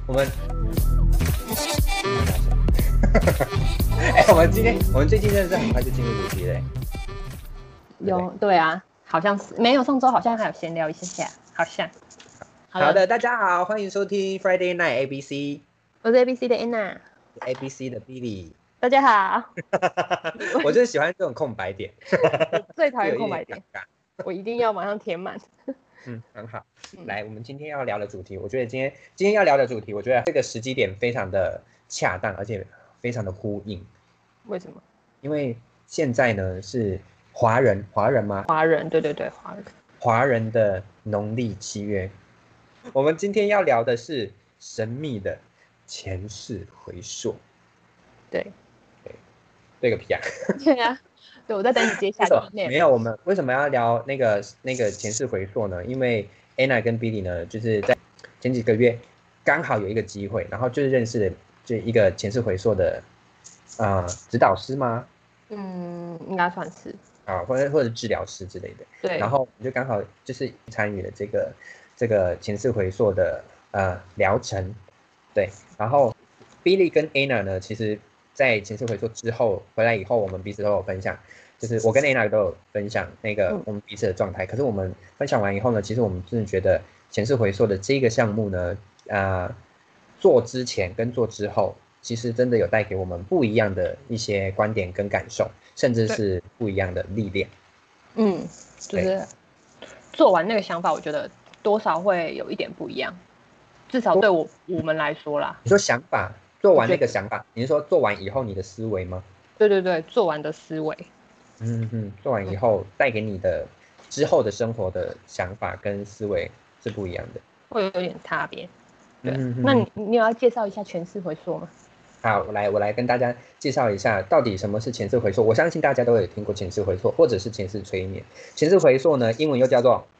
我们，我们最近真的是很快就进入主题嘞。 对啊，好像是没有，上周好像还有闲聊一下，好像。 好的，大家好，欢迎收听 Friday Night ABC。 我是 ABC 的 Anna。ABC 的 Billy。 大家好。 我就是喜欢这种空白点。 我最讨厌空白点，我一定要马上填满。 很好。来，我们今天要聊的主题，我觉得今天要聊的主题，我觉得这个时机点非常的恰当，而且非常的呼应。 为什么？ 因为现在呢是华人吗？ 华人，对， 华人的农历7月。我们今天要聊的是神秘的前世回溯。对个屁啊！ 对啊，对，我在等你接下来。 没有，我们为什么要聊那个前世回溯呢？因为 Anna 跟 Billy 呢，就是在前几个月刚好有一个机会，然后就是认识了就一个前世回溯的指导师吗？ 应该算是或者治疗师之类的。 对，然后我们就刚好就是参与了这个前世回溯的疗程。对，然后 Billy 跟 Anna 呢，其实在前世回溯之后回来以后，我们彼此都有分享，就是我跟 Anna 都有分享那个我们彼此的状态。可是我们分享完以后呢，其实我们真的觉得前世回溯的这个项目呢，做之前跟做之后，其实真的有带给我们不一样的一些观点跟感受，甚至是不一样的历练。 就是做完那个想法，我觉得多少会有一点不一样，至少对我们来说啦。 你说想法，做完那个想法，你是说做完以后你的思维吗？ 对，做完的思维。 做完以后带给你的之后的生活的想法跟思维是不一样的， 会有点差别。对，那你要介绍一下前世回溯吗？ 好，我来跟大家介绍一下到底什么是前世回溯。我相信大家都有听过前世回溯或者是前世催眠。前世回溯呢，英文又叫做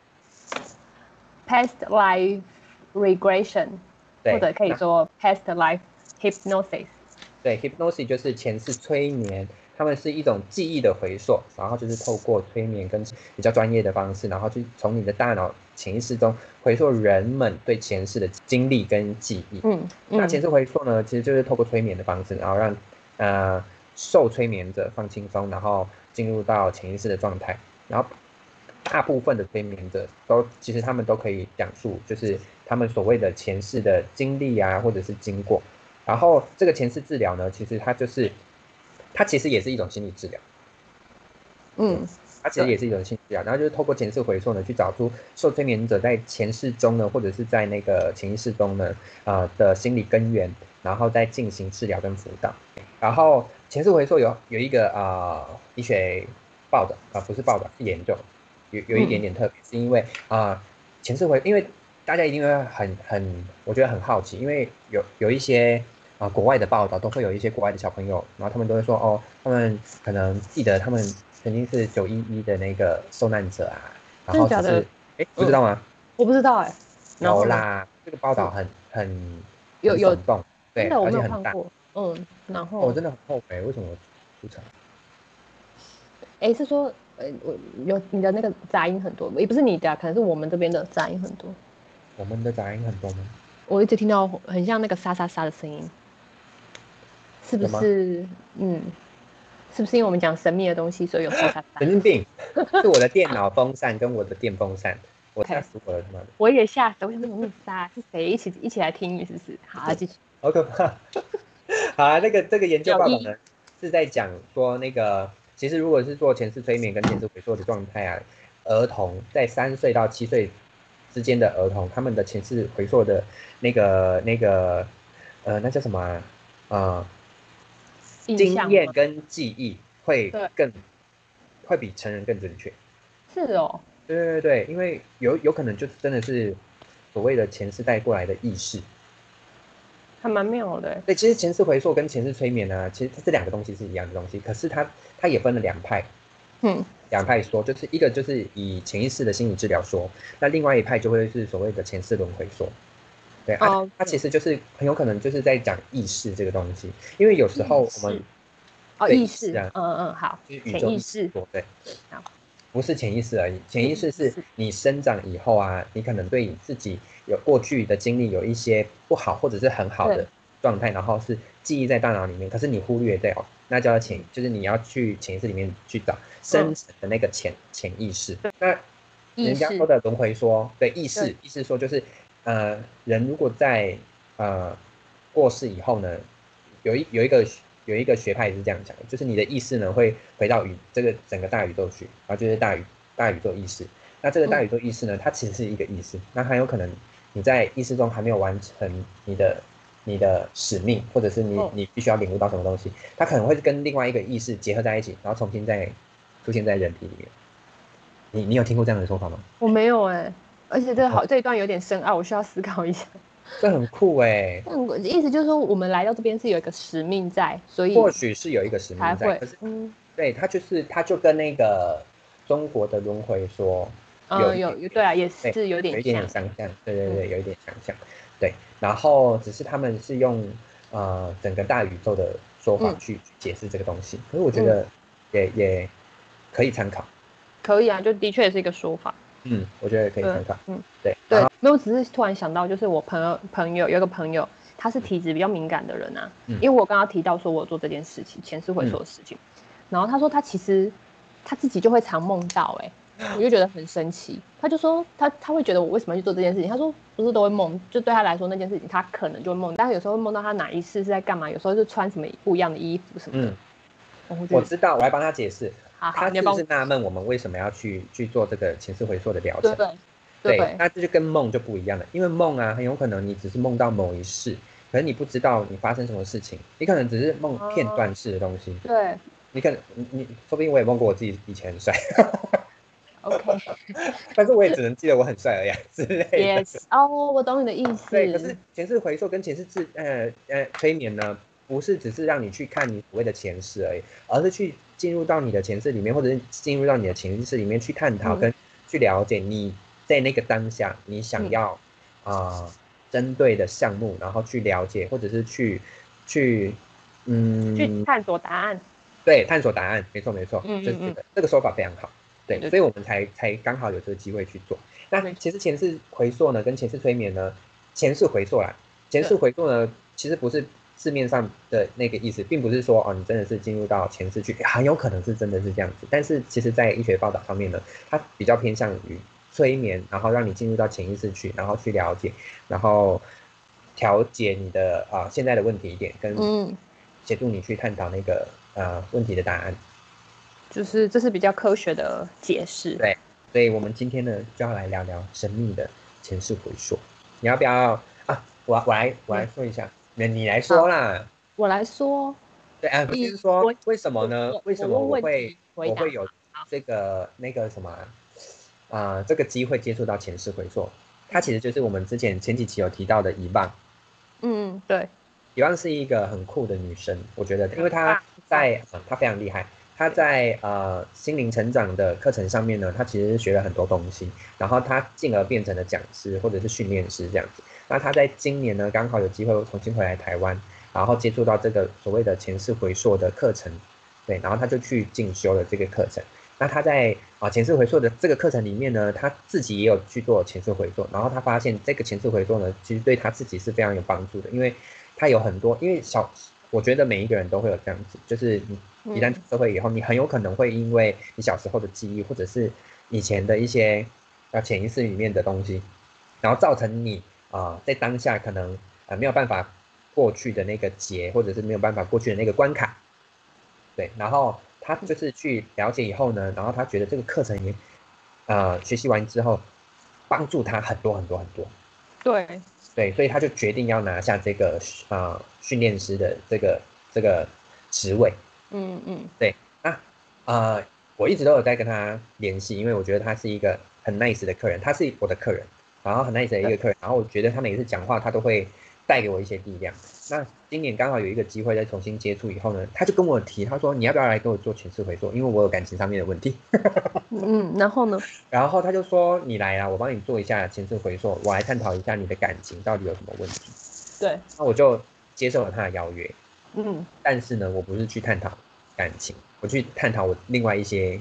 past life regression， 或者可以说 past life hypnosis。 对 ，hypnosis 就是前世催眠，他们是一种记忆的回溯，然后就是透过催眠跟比较专业的方式，然后去从你的大脑潜意识中回溯人们对前世的经历跟记忆。那前世回溯呢，其实就是透过催眠的方式，然后让受催眠者放轻松，然后进入到潜意识的状态。然后大部分的催眠者其实他们都可以讲述，就是他们所谓的前世的经历啊，或者是经过。然后这个前世治疗呢，其实它其实也是一种心理治疗。它其实也是一种心理治疗，然后就是透过前世回溯呢，去找出受催眠者在前世中呢，或者是在那个潜意识中呢，的心理根源，然后再进行治疗跟辅导。然后前世回溯有一个医学报道不是报道是研究，有一点点特别，是因为前世因为大家一定会我觉得很好奇，因为有一些国外的报道都会有一些国外的小朋友，然后他们都会说他们可能记得他们曾经是911的那个受难者啊，然后只是不知道吗？ 我不知道有啦，这个报道很耸动，对，而且很大。 然后我真的很后悔，为什么我出场？ 是说有你的那个杂音很多，也不是你的，可能是我们这边的杂音很多。 我们的杂音很多吗？ 我一直听到很像那个沙沙沙的声音，是不是？是不是因为我们讲神秘的东西，所以有沙沙沙？ 神经病！是我的电脑风扇跟我的电风扇，我吓死我了，他妈的！ 我也吓死，我想说有沙是谁？一起来听，是不是？好，继续。 好可怕！好啊，这个研究报道呢是在讲说，那个其实如果是做前世催眠跟前世回溯的状态啊，儿童在3岁到7岁之间的儿童，他们的前世回溯的那叫什么经验跟记忆会比成人更准确。 是哦。 对，因为有可能就真的是所谓的前世带过来的意识。 还蛮妙的。 对，其实前世回溯跟前世催眠啊，其实这两个东西是一样的东西，可是它也分了两派。两派说，就是一个就是以潜意识的心理治疗说，那另外一派就会是所谓的前世轮回说。对它其实就是很有可能就是在讲意识这个东西，因为有时候我们意识好， 就是宇宙潜意识对。 好。 不是潜意识而已，潜意识是你生长以后啊，你可能对你自己有过去的经历有一些不好或者是很好的状态，然后是记忆在大脑里面，可是你忽略掉，那叫就是你要去潜意识里面去找深层的那个潜意识。那人家说的轮回说，对意识说就是人如果在过世以后呢，有一个学派是这样讲的，就是你的意识呢会回到这个整个大宇宙去，然后就是大宇宙意识。那这个大宇宙意识呢，它其实是一个意识，那很有可能你在意识中还没有完成你的使命，或者是你必须要领悟到什么东西，它可能会跟另外一个意识结合在一起，然后重新再出现在人体里面。你有听过这样的说法吗？ 我没有而且这一段有点深奥，我需要思考一下。 这很酷哎！ 意思就是说，我们来到这边是有一个使命在，所以或许是有一个使命在，可是对它就跟那个中国的轮回说对啊，也是有点相像，对，有一点相像，对。然后只是他们是用整个大宇宙的说法去解释这个东西，可是我觉得也可以参考。 可以啊，就的确也是一个说法。 我觉得可以参考。对， 没有，只是突然想到，就是我朋友有一个朋友，他是体质比较敏感的人啊。因为我刚刚提到说我做这件事情，前世回溯的事情，然后他说他其实他自己就会常梦到，我就觉得很神奇。他就说他会觉得我为什么要去做这件事情？他说不是都会梦，就对他来说那件事情他可能就会梦，但是有时候会梦到他哪一世是在干嘛，有时候是穿什么不一样的衣服什么的。 我知道，我来帮他解释。他是不是纳闷我们为什么要去做这个前世回溯的疗程？对，那这就跟梦就不一样了，因为梦啊，很有可能你只是梦到某一世，可是你不知道你发生什么事情，你可能只是梦片段式的东西。 对， 你可能说不定我也梦过我自己以前很帅。 OK， 但是我也只能记得我很帅而已之类的。 Yes， 我懂你的意思。 对，可是前世回溯跟前世催眠呢，不是只是让你去看你所谓的前世而已，而是去进入到你的前世里面，或者是进入到你的潜意识里面去探讨跟去了解你在那个当下你想要针对的项目，然后去了解，或者是去探索答案。 对，探索答案，没错，就是这个说法非常好。对，所以我们才刚好有这个机会去做。那其实前世回溯呢，跟前世催眠呢，前世回溯呢，其实不是字面上的那个意思，并不是说你真的是进入到前世去，很有可能是真的是这样子。但是其实，在医学报道上面呢，它比较偏向于催眠，然后让你进入到潜意识去，然后去了解，然后调节你的现在的问题点，跟协助你去探讨那个问题的答案。 就是这是比较科学的解释。 对，所以我们今天呢就要来聊聊神秘的前世回溯。你要不要啊？我来说一下，你来说啦。 我来说。 对就是说为什么呢？为什么我会有这个那个什么这个机会接触到前世回溯？它其实就是我们前几期有提到的伊棒。 对。 伊棒是一个很酷的女生，我觉得，因为她她非常厉害。他在心灵成长的课程上面呢，他其实学了很多东西，然后他进而变成了讲师或者是训练师这样子。那他在今年呢，刚好有机会重新回来台湾，然后接触到这个所谓的前世回溯的课程，对，然后他就去进修了这个课程。那他在前世回溯的这个课程里面呢，他自己也有去做前世回溯，然后他发现这个前世回溯呢，其实对他自己是非常有帮助的，因为他有很多，因为我觉得每一个人都会有这样子，就是你一旦出社会以后，你很有可能会因为你小时候的记忆，或者是以前的一些潜意识里面的东西，然后造成你在当下可能没有办法过去的那个劫，或者是没有办法过去的那个关卡。对，然后他就是去了解以后呢，然后他觉得这个课程也学习完之后帮助他很多很多很多。对，所以他就决定要拿下这个训练师的这个职位。对，那我一直都有在跟他联系，因为我觉得他是一个很 nice 的客人，他是我的客人，然后很 nice 的一个客人，然后我觉得他每次讲话他都会带给我一些力量。那今年刚好有一个机会再重新接触以后呢，他就跟我提，他说你要不要来跟我做前世回溯，因为我有感情上面的问题。 然后呢？ 然后他就说你来啊，我帮你做一下前世回溯，我来探讨一下你的感情到底有什么问题。 对， 那我就接受了他的邀约。但是呢，我不是去探讨感情，我去探讨我另外一些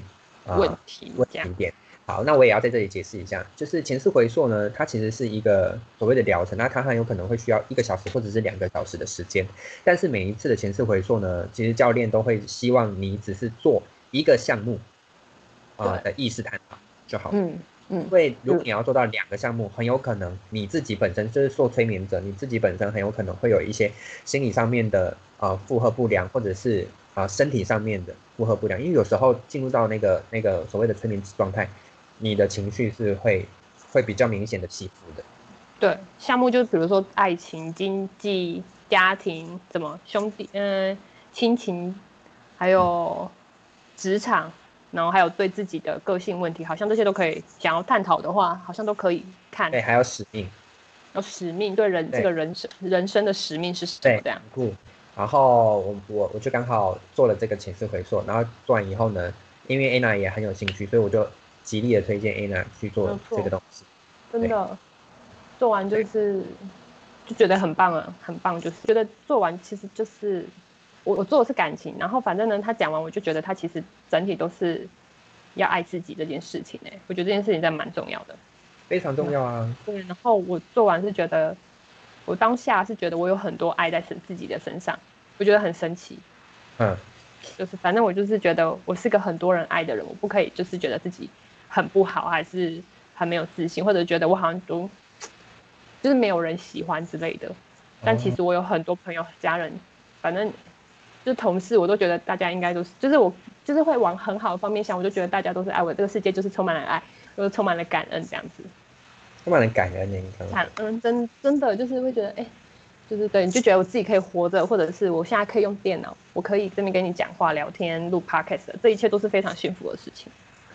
问题点。好，那我也要在这里解释一下，就是前世回溯呢，它其实是一个所谓的疗程，那它很有可能会需要1个小时或者是2个小时的时间，但是每一次的前世回溯呢，其实教练都会希望你只是做一个项目的意识探讨就好了。因为如果你要做到2个项目，很有可能你自己本身就是做催眠者，你自己本身很有可能会有一些心理上面的负荷不良，或者是身体上面的负荷不良，因为有时候进入到那个所谓的催眠状态，你的情绪是会比较明显的起伏的。 对，项目就是比如说爱情、经济、家庭，什么兄弟、亲情，还有职场，然后还有对自己的个性问题，好像这些都可以想要探讨的话，好像都可以看。 对，还有使命。 有使命，对这个人生的使命是什么？这样。 然后我就刚好做了这个前世回溯，然后做完以后呢，因为 Anna 也很有兴趣，所以我就极力的推荐 Anna 去做这个东西。 真的，做完就觉得很棒了，很棒，就是觉得做完其实就是我做的是感情，然后反正呢，他讲完我就觉得他其实整体都是要爱自己这件事情我觉得这件事情真的蛮重要的。 非常重要啊。 对，然后我做完是觉得，我当下是觉得我有很多爱在自己的身上，我觉得很神奇。就是反正我就是觉得我是个很多人爱的人，我不可以就是觉得自己很不好，还是很没有自信，或者觉得我好像就是没有人喜欢之类的。但其实我有很多朋友、家人，反正就是同事，我都觉得大家应该都是，就是我就是会往很好的方面想，我就觉得大家都是爱我，这个世界就是充满了爱，就是充满了感恩这样子。 充满了感恩呢， 感恩真的就是会觉得就是对，你就觉得我自己可以活着，或者是我现在可以用电脑，我可以这边跟你讲话、聊天、录 podcast，这一切都是非常幸福的事情。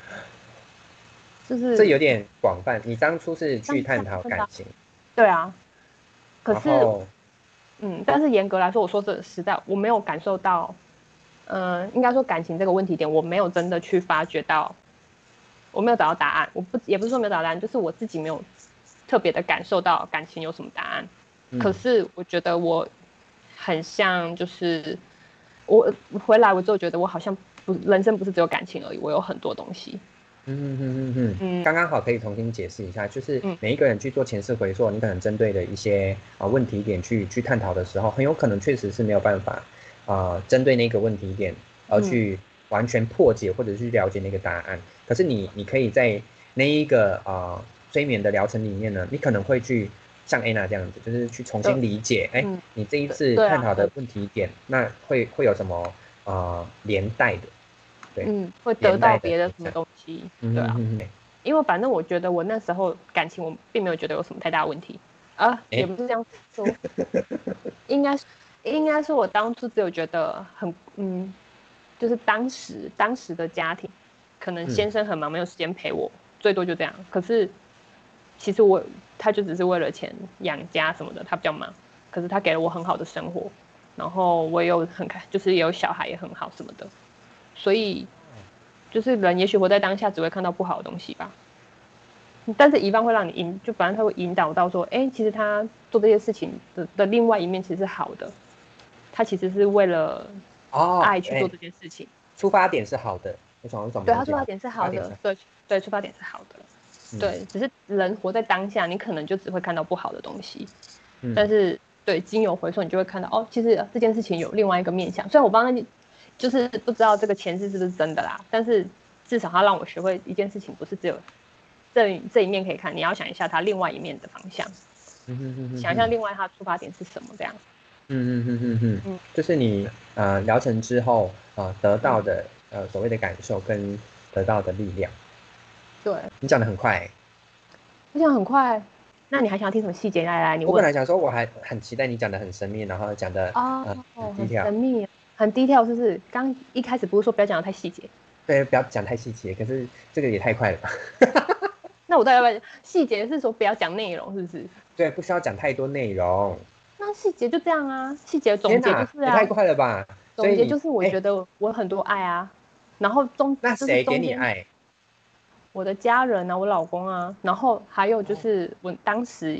就是这有点广泛，你当初是去探讨感情， 对啊，可是但是严格来说，我说这实在我没有感受到，应该说感情这个问题点，我没有真的去发掘到，我没有找到答案，也不是说没有找到答案，就是我自己没有特别的感受到感情有什么答案。可是我觉得我很像，就是我回来我之后觉得我好像人生不是只有感情而已，我有很多东西。 刚刚好可以重新解释一下，就是每一个人去做前世回溯，你可能针对的一些问题点去探讨的时候，很有可能确实是没有办法针对那个问题点而去完全破解或者去了解那个答案。可是你可以在那一个催眠的疗程里面呢，你可能会去像 Anna 这样子，就是去重新理解，你这一次探讨的问题点，那会有什么连带的？对， 会得到别的什么东西，对啊，因为反正我觉得我那时候感情我并没有觉得有什么太大问题也不是这样说，应该是我当初只有觉得就是当时的家庭，可能先生很忙没有时间陪我，最多就这样。可是其实他就只是为了钱养家什么的，他比较忙，可是他给了我很好的生活，然后我也有就是也有小孩也很好什么的。所以，就是人也许活在当下，只会看到不好的东西吧。但是遗忘会让你就反正他会引导到说，其实他做这些事情的另外一面其实是好的，他其实是为了爱去做这件事情。 出发点是好的，对， 他出发点是好的，对，出发点是好的，对，只是人活在当下，你可能就只会看到不好的东西。但是对经由回溯，你就会看到其实这件事情有另外一个面向。虽然我帮他就是不知道这个前世是不是真的啦，但是至少他让我学会一件事情，不是只有这一面可以看，你要想一下他另外一面的方向，想一下另外他出发点是什么这样。 就是你疗程之后得到的所谓的感受跟得到的力量。 对， 你讲得很快我讲很快，那你还想要听什么细节？来，你问。 我本来想说我还很期待你讲得很神秘，然后讲得很神秘。很低调，是不是？刚一开始不是说不要讲的太细节？ 对，不要讲太细节。可是这个也太快了吧？ 那我到底要不要细节？是说不要讲内容，是不是？ 对，不需要讲太多内容。 那细节就这样啊，细节总结就是也太快了吧？ 总结就是我觉得我很多爱啊，然后那谁给你爱？ 我的家人啊，我老公啊，然后还有就是我当时，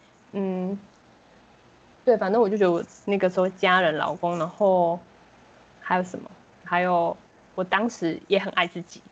对，反正我就觉得我那个时候家人、老公，然后还有什么？还有我当时也很爱自己，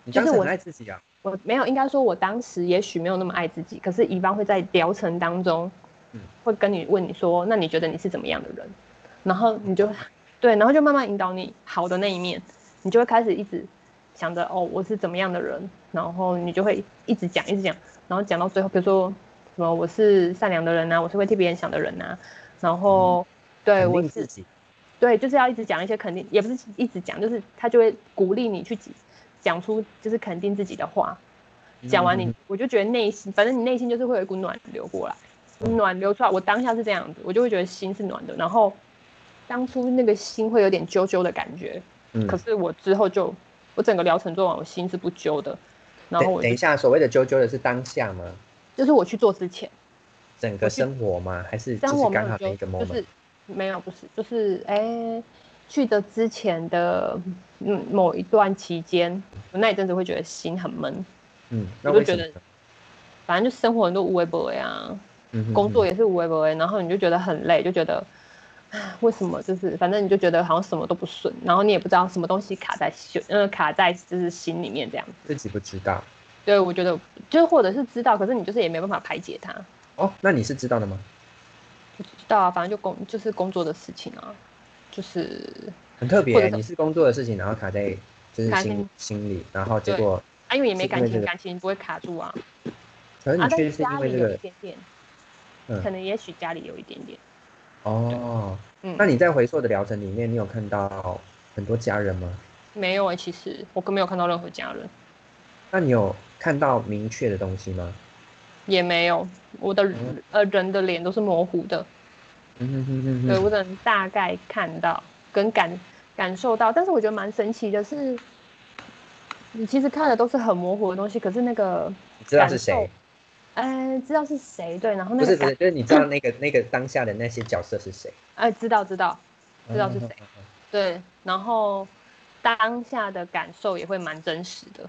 你当时很爱自己啊？ 我没有，应该说我当时也许没有那么爱自己，可是乙方会在疗程当中，会跟你问你说，那你觉得你是怎么样的人？然后你就对，然后就慢慢引导你好的那一面，你就会开始一直想着哦，我是怎么样的人，然后你就会一直讲，然后讲到最后，比如说什么我是善良的人啊，我是会替别人想的人啊，然后对我是，对，就是要一直讲一些肯定，也不是一直讲，就是他就会鼓励你去讲出就是肯定自己的话。讲完我就觉得内心，反正你内心就是会有一股暖流过来，暖流出来，我当下是这样子，我就会觉得心是暖的，然后当初那个心会有点揪揪的感觉，可是我之后我整个疗程做完，我心是不揪的。然后我等一下，所谓的揪揪的是当下吗？ 就是我去做之前， 整个生活吗？还是生活刚好那一个 moment？ 就是没有，不是，就是去的之前的某一段期间，我那一阵子会觉得心很闷。 那为什么？ 我就觉得，反正就生活很多无为不为啊，工作也是无为不为，然后你就觉得很累，就觉得，为什么就是反正你就觉得好像什么都不顺，然后你也不知道什么东西卡在就是心里面这样子。 自己不知道。 对，我觉得就是或者是知道，可是你就是也没办法排解它。 哦，那你是知道的吗？ 不知道啊，反正就是工作的事情啊，就是很特别。你是工作的事情，然后卡在就是心里，然后结果因为也没感情不会卡住啊。 可是你确实是因为这个， 可能也许家里有一点点。 哦，那你在回溯的疗程里面，你有看到很多家人吗？ 没有其实我根本没有看到任何家人。 那你有看到明确的东西吗？ 也没有，我的人的脸都是模糊的。对，我只能大概看到跟感受到，但是我觉得蛮神奇的是，你其实看的都是很模糊的东西，可是那个知道是谁？ 知道是谁，对，然后那个不是，就是你知道那个当下的那些角色是谁？ 知道是谁，对，然后当下的感受也会蛮真实的，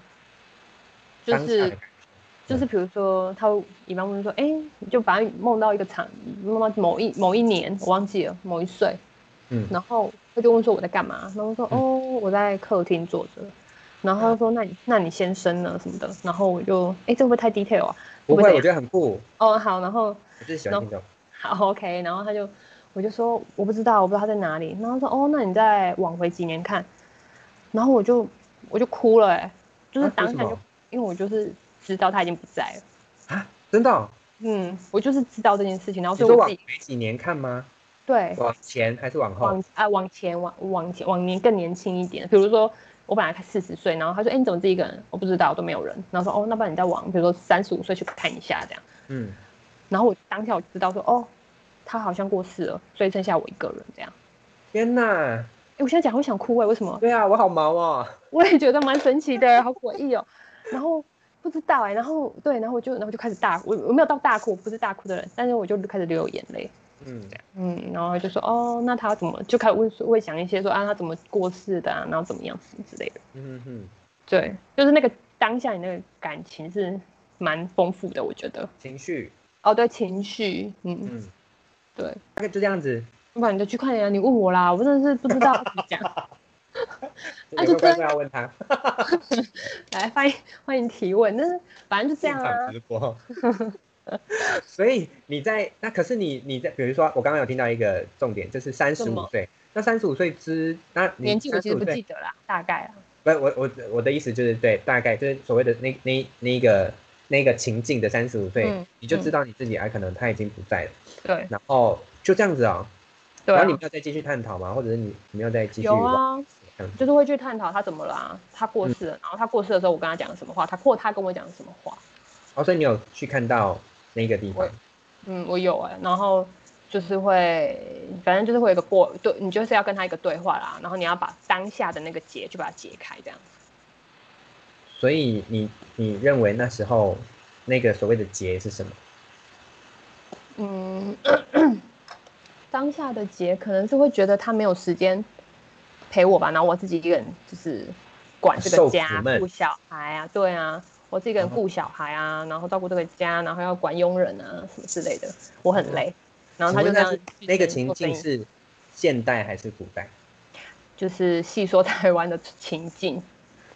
就是比如说他乙方问说，就反正梦到一个梦到某一年我忘记了某一岁，然后他就问说我在干嘛，然后我说我在客厅坐着。然后他说：“那你先生呢什么的？”然后我就这会不会太 detail 啊？ 不会，我觉得很酷。 哦，好，然后我就是喜欢听这种。 好 ，OK。然后我就说我不知道他在哪里。然后说那你再往回几年看。然后我就哭了就是当下就因为我就是知道他已经不在了啊，真的？ 我就是知道这件事情，然后所以我往回几年看吗？ 对， 往前还是往后？ 往前，往年更年轻一点，比如说。我本来40岁，然后他说：“你怎么自己一个人？”我不知道，我都没有人。然后说：“那不然你再往，比如说35岁去看一下这样。”然后我当下我知道说：“他好像过世了，所以剩下我一个人这样。” 天哪！ 我现在讲会想哭为什么？ 对啊，我好毛哦。 我也觉得蛮神奇的，好诡异哦。然后不知道然后我就开始大哭，我没有到大哭，我不是大哭的人，但是我就开始流眼泪。然后就说那他怎么就开始会想一些说他怎么过世的然后怎么样之类的。对，就是那个当下你那个感情是蛮丰富的，我觉得。情绪。对，情绪。对， 大概就这样子。 不然你就去看你问我啦，我真的是不知道怎么讲。 就这样要问他。 来，欢迎提问。但是反正就这样啊。直播。 所以可是你在，比如说我刚刚有听到一个重点，就是35岁。那35岁年纪我其实不记得啦，大概啊。 不，我的意思就是对，大概就是所谓的那个情境的35岁，你就知道你自己可能他已经不在了。 对。 然后就这样子啊。 对。 然后你没有再继续探讨吗？或者是你没有再继续？ 有啊，就是会去探讨他怎么了他过世了，然后他过世的时候我跟他讲了什么话，他跟我讲了什么话。所以你有去看到那个地方？ 我有然后就是会，反正就是会有一个你就是要跟他一个对话啦，然后你要把当下的那个结就把它解开这样子。 所以你认为那时候那个所谓的结是什么？ 当下的结可能是会觉得他没有时间陪我吧，然后我自己一个人就是管这个家顾小孩啊，对啊。我自己一个人顾小孩啊，然后照顾这个家，然后要管佣人啊什么之类的，我很累。然后他就这样。 那个情境是现代还是古代？ 就是细说台湾的情境。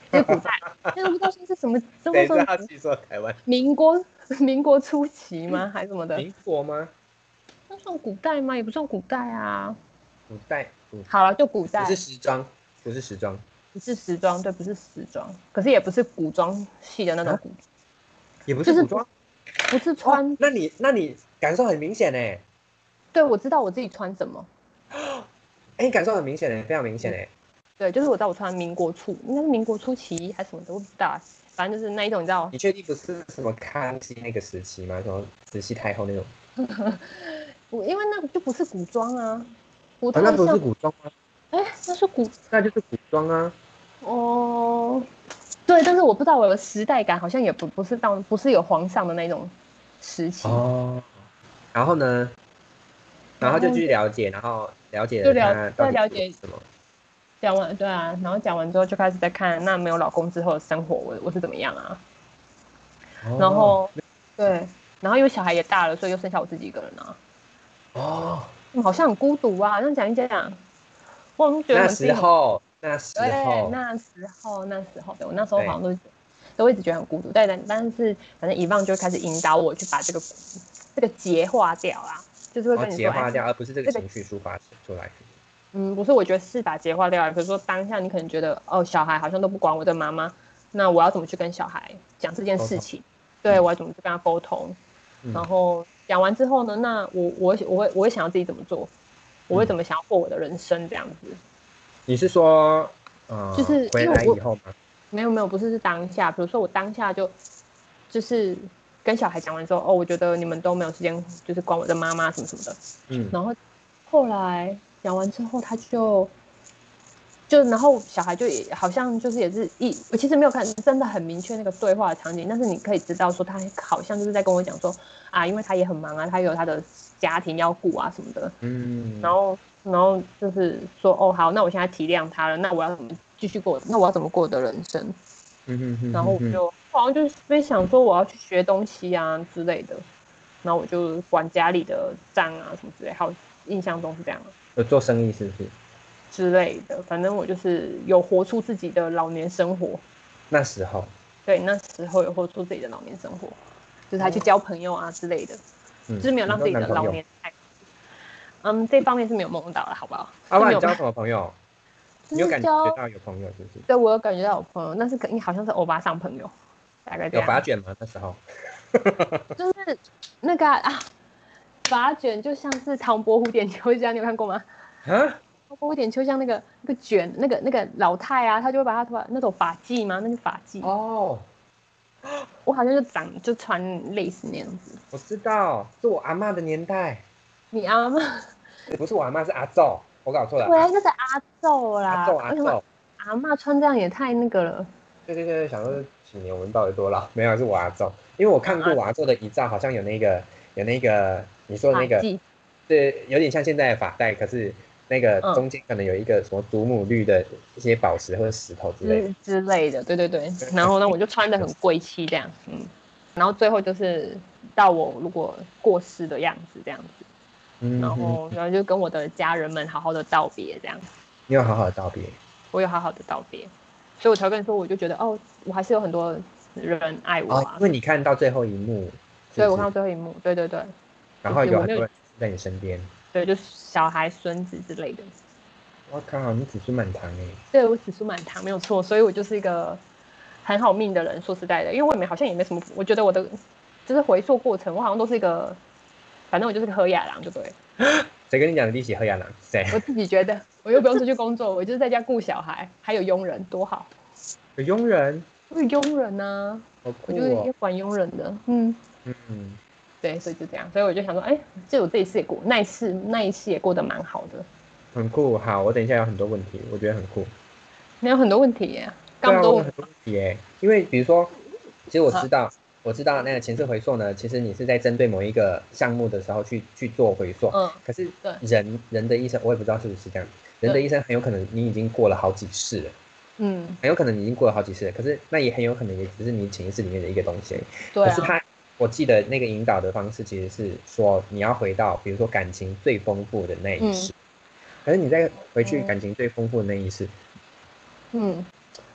就是古代，现在不知道是什么， 谁知道去说台湾？ 民国初期吗？还是什么的？ 民国吗？ 那算古代吗？也不算古代啊。 古代， 好了，就古代。 不是时装，不是时装， 不是时装，对，不是时装，可是也不是古装系的那种古装， 也不是古装， 不是穿。 那你感受很明显哎。 对，我知道我自己穿什么。 哎，你感受很明显哎，非常明显哎。 对，就是我知道我穿民国初，应该是民国初期还是什么的，我不知道。反正就是那一种，你知道？ 你确定不是什么康熙那个时期吗？什么慈禧太后那种？ 因为那个就不是古装啊， 那不是古装吗？ 哎，那是那就是古装啊。 哦，对，但是我不知道我的时代感好像也不是有皇上的那种时期哦。然后呢？然后就去了解，然后了解了他到底了解什么。 讲完对啊，然后讲完之后就开始在看那没有老公之后的生活，我是怎么样啊？然后对，然后因为小孩也大了，所以又剩下我自己一个人啊。 哦， 好像很孤独啊，好像讲一讲，我觉得那时候，对，那时候，对我那时候好像都一直觉得很孤独，但是反正遗忘就开始引导我去把这个结化掉啦，就是会跟你说结化掉，而不是这个情绪抒发出来。 不是，我觉得是把结化掉。比如说当下你可能觉得小孩好像都不管我的妈妈，那我要怎么去跟小孩讲这件事情？对，我要怎么去跟他沟通？然后讲完之后呢，那我会想要自己怎么做？我会怎么想要过我的人生这样子？ 你是说， 就是回来以后吗？ 没有，不是当下。比如说我当下就是跟小孩讲完之后，我觉得你们都没有时间，就是管我的妈妈什么什么的。然后后来讲完之后，他就然后小孩就好像就是也是我其实没有看真的很明确那个对话的场景，但是你可以知道说他好像就是在跟我讲说啊，因为他也很忙啊，他有他的家庭要顾啊什么的。然后就是说好，那我现在体谅他了，那我要怎么继续过？那我要怎么过我的人生？然后我就好像就是在想说我要去学东西啊之类的，然后我就管家里的账啊什么之类，好，印象中是这样。 有做生意是不是？ 之类的，反正我就是有活出自己的老年生活。 那时候， 对，那时候有活出自己的老年生活，就是还去交朋友啊之类的，就是没有让自己的老年太。这方面是没有梦到了，好不好？ 你交什么朋友？你有感觉到有朋友是不是？ 对，我有感觉到有朋友，但是好像是欧巴桑朋友，大概这样。 有发卷吗？那时候？ 就是那个发卷，就像是唐伯虎点秋香，你有看过吗？有点就像那个卷那个老太啊，他就会把他头发那种发髻吗？那是发髻哦。我好像就穿类似那样子。 我知道，是我阿嬷的年代。 你阿嬷？ 不是我阿嬷，是阿祖，我搞错了。 对，那是阿祖啦。 阿祖， 阿嬷穿这样也太那个了。 对，想说几年我们到底多老？没有，是我阿祖，因为我看过我阿祖的遗照，好像有那个你说的那个，对，有点像现在的发带，可是那个中间可能有一个什么祖母绿的一些宝石或者石头之类的。 对。然后呢，我就穿得很贵气这样，然后最后就是到我如果过世的样子这样子。然后就跟我的家人们好好的道别这样。 你有好好的道别？ 我有好好的道别，所以我才跟你说，我就觉得我还是有很多人爱我啊。 因为你看到最后一幕。 对，我看到最后一幕，对。 然后有很多人在你身边。 对，就是小孩、孙子之类的。 我靠，你子孙满堂哎！ 对，我子孙满堂没有错，所以我就是一个很好命的人。说实在的，因为我好像也没什么，我觉得我的就是回溯过程，我好像都是一个。反正我就是个喝雅郎，就对。 谁跟你讲的？一起喝雅郎？谁？ 我自己觉得，我又不用出去工作，我就是在家顾小孩，还有佣人，多好。 有佣人？ 有佣人啊， 好酷哦！ 我就是要管佣人的。对，所以就这样，所以我就想说，就我这一次也过，那一次也过得蛮好的。 很酷，好，我等一下有很多问题，我觉得很酷。 你有很多问题耶？ 对啊，我有很多问题耶，因为比如说，其实我知道那个前世回溯呢，其实你是在针对某一个项目的时候去做回溯。可是人的一生，我也不知道是不是这样。人的一生很有可能你已经过了好几世了。很有可能你已经过了好几世了，可是那也很有可能也只是你潜意识里面的一个东西。 对啊。 可是我记得那个引导的方式其实是说你要回到比如说感情最丰富的那一世。可是你再回去感情最丰富的那一世，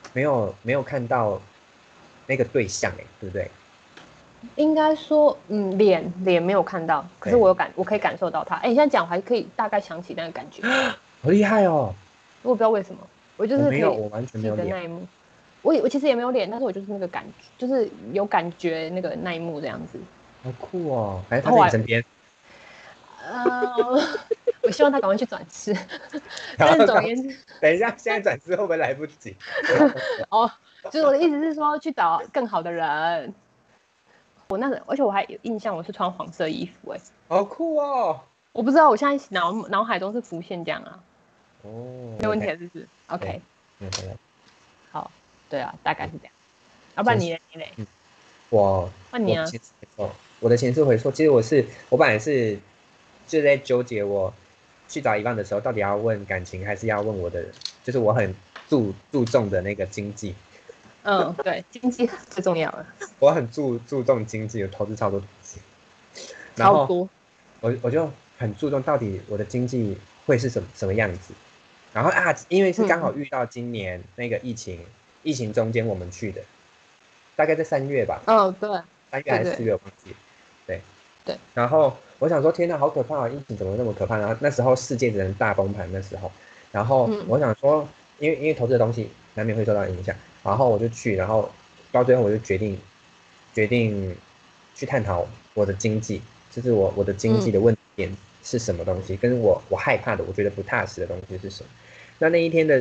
没有看到那个对象对不对？ 应该说，脸没有看到，可是我可以感受到他。哎，你现在讲我还可以大概想起那个感觉， 好厉害哦！ 我不知道为什么，我就我没有， 是可以我完全没记有脸。 得那一幕。我其实也没有脸，但是我就是那个感觉，就是有感觉那个那一幕这样子。 好酷哦！还是他后来， 在你身边？ 我希望他赶快去转世。 然后但是总而言之， 等一下，现在转世会不会来不及？ 哦，就是我的意思是说，去找更好的人。而且我还有印象，我是穿黄色衣服， 好酷哦！ 我不知道，我现在脑海中是浮现这样啊。 哦， 没问题了，是不是对， ？OK， 没有好，对啊，大概是这样。要不然你嘞？ 我换你啊。 我的前世回溯，其实我本来是就在纠结，我去找一万的时候，到底要问感情还是要问我的，就是我很注重的那个经济。 对，经济最重要了， 我很注重经济，有投资超多东西，然后超多。 我就很注重到底我的经济会是什么样子。然后因为是刚好遇到今年那个疫情中间我们去的，大概在3月吧， 对， 3月对对还是4月，我忘记。对， 对， 然后我想说，天哪，好可怕啊！疫情怎么那么可怕？然后那时候世界的人大崩盘的时候，然后我想说，因为投资的东西难免会受到影响，然后我就去，然后到最后我就决定去探讨我的经济，就是我的经济的问题点是什么东西，跟我害怕的，我觉得不踏实的东西是什么。那一天的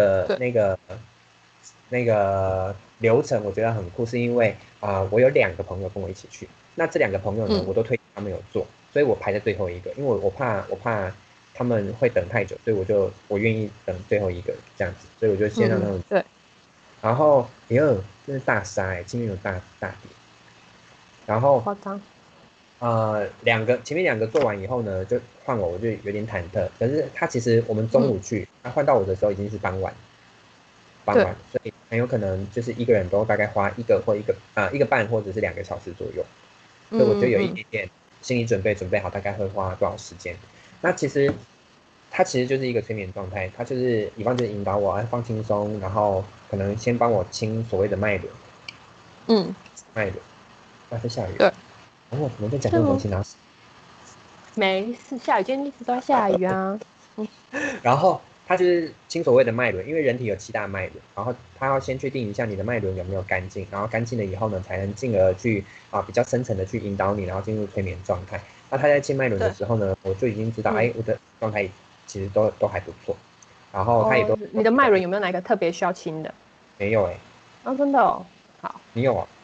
那个流程，我觉得很酷，是因为我有2个朋友跟我一起去，那这2个朋友呢，我都推荐他们有做，所以我排在最后一个，因为我怕他们会等太久，所以我愿意等最后一个这样子，所以我就先让他们。 对。 然后真是大杀今天有大跌，然后夸张。 前面2个做完以后呢，就换我就有点忐忑，可是他其实我们中午去，他换到我的时候已经是傍晚，所以很有可能就是一个人都大概花1个或1个半或者是2个小时左右，所以我就有一点点心理准备好大概会花多少时间。那他其实就是一个催眠状态，他就是以往就是引导我放轻松，然后可能先帮我清所谓的脉轮，脉轮。在下雨。 对。 我怎么在讲这种东西呢？ 没事，下雨，今天一直都在下雨啊。 然后它就是清所谓的脉轮，因为人体有7大脉轮，然后它要先确定一下你的脉轮有没有干净，然后干净了以后呢，才能进而去比较深层的去引导你，然后进入催眠状态。那他在清脉轮的时候呢，我就已经知道，我的状态其实都还不错。然后他也都， 你的脉轮有没有哪一个特别需要清的？ 没有真的哦，好。 你有啊？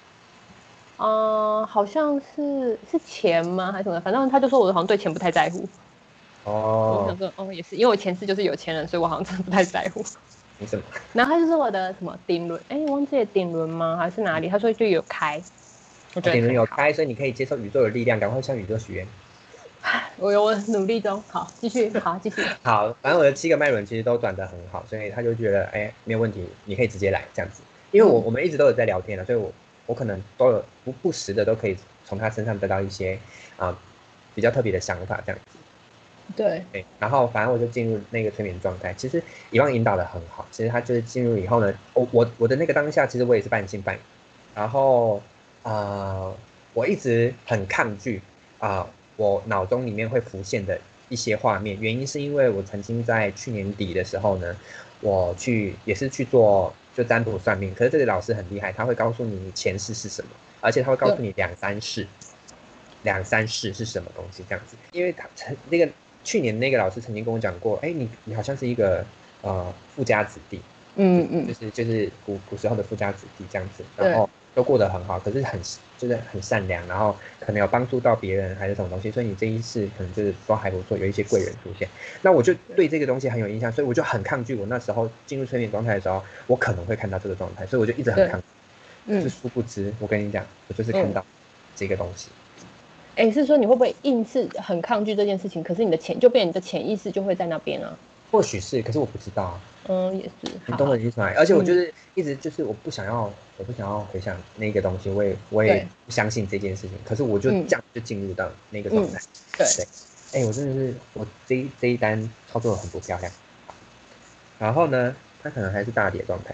好像是钱吗？还是什么？反正他就说我好像对钱不太在乎。我想说，也是，因为我前世就是有钱人，所以我好像真的不太在乎。 你什么？ 然后他就说我的什么顶轮，忘记了顶轮吗？还是哪里？他说就有开，我觉得顶轮有开，所以你可以接受宇宙的力量，赶快向宇宙许愿。 我努力中，好，继续。 好，反正我的7个脉轮其实都转得很好，所以他就觉得，没有问题，你可以直接来这样子。因为我们一直都有在聊天了，所以我可能都有不时的都可以从他身上得到一些比较特别的想法这样子。 对， 然后反正我就进入那个催眠状态。其实以往引导的很好，其实他就是进入以后呢，我的那个当下，其实我也是半信半疑。然后我一直很抗拒我脑中里面会浮现的一些画面，原因是因为我曾经在去年底的时候呢，也是去做就占卜算命，可是这个老师很厉害，他会告诉你前世是什么，而且他会告诉你两三世是什么东西这样子，因为那个去年那个老师曾经跟我讲过，你好像是一个富家子弟，就是古时候的富家子弟这样子，然后都过得很好，可是就是很善良，然后可能有帮助到别人还是什么东西，所以你这一世可能就是都还不错，有一些贵人出现。那我就对这个东西很有印象，所以我就很抗拒。我那时候进入催眠状态的时候，我可能会看到这个状态，所以我就一直很抗拒。就殊不知，我跟你讲，我就是看到这个东西。 是说你会不会硬是很抗拒这件事情？可是你的潜意识就会在那边啊。 或许是，可是我不知道也是。 你懂我的意思吗？而且我就是一直就是我不想要回想那个东西，我也不相信这件事情。可是我就这样就进入到那个状态。对。我真的是我这一单操作得很不漂亮。然后呢，它可能还是大跌状态。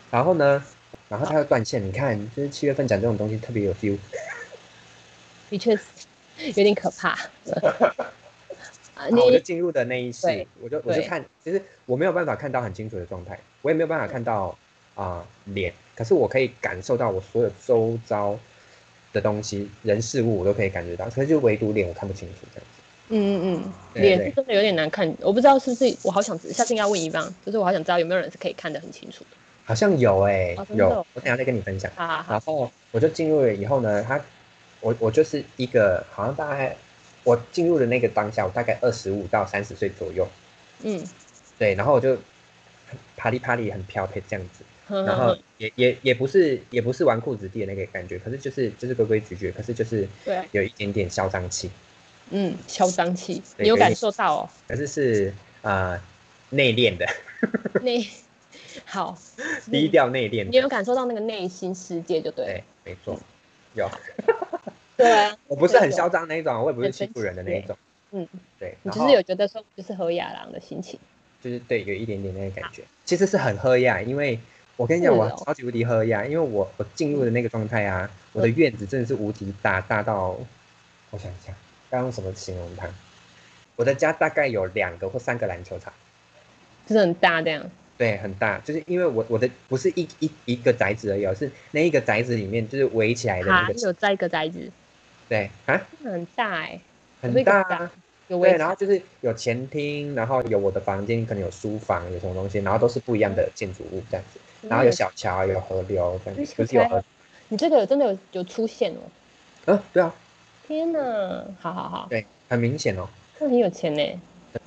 然后呢，然后他又断线，你看，就是7月份讲这种东西特别有 feel。 的确是有点可怕。 然后我就你进入的那一世， 对我就看，其实我没有办法看到很清楚的状态，我也没有办法看到脸，可是我可以感受到我所有周遭的东西、人事物我都可以感觉到，可是就唯独脸我看不清楚这样子。 脸是对对对， 真的有点难看，我不知道是不是我好想下次应该问一棒，就是我好想知道有没有人是可以看得很清楚的。 好像有有， 真的哦， 我等一下再跟你分享。 好好好， 然后我就进入了以后呢，我就是一个好像大概我进入的那个当下，我大概25到30岁左右。 嗯， 对，然后我就啪里啪里很飘配这样子，然后哼哼哼， 也不是纨绔子弟的那个感觉，可是就是规规矩矩，可是就是对啊， 有一点点嚣张气。 嚣张气， 对， 你有感受到哦？ 可是是内敛的， 内好， 低调内敛的。 你有感受到那个内心世界就对了。 对，没错，有。 对啊， 我不是很嚣有， 张那一种，我也不是很神欺负人的那一奇。 种。 嗯， 对， 你就是然后有觉得说就是何亚郎的心情。 就是对，有一点点那个感觉，其实是很喝呀，因为我跟你讲，我是哦， 超级无敌喝呀，因为我进入的那个状态啊，我的院子真的是无敌大，大到我想一下，该用什么形容它？我的家大概有2个或3个篮球场， 就是很大这样。 对，很大，就是因为我的不是一个宅子而已，是那一个宅子里面就是围起来的那哈， 个， 有摘一个摘子， 对啊， 很大哎，不是很一个大， 大啊。对， 有围起来。 然后就是有前厅，然后有我的房间，可能有书房，有什么东西，然后都是不一样的建筑物这样子，然后有小桥，有河流，这样子，不是有河， 你这个真的有出现哦！ 对啊， 天哪，好好好， 对，很明显哦。 那很有钱呢。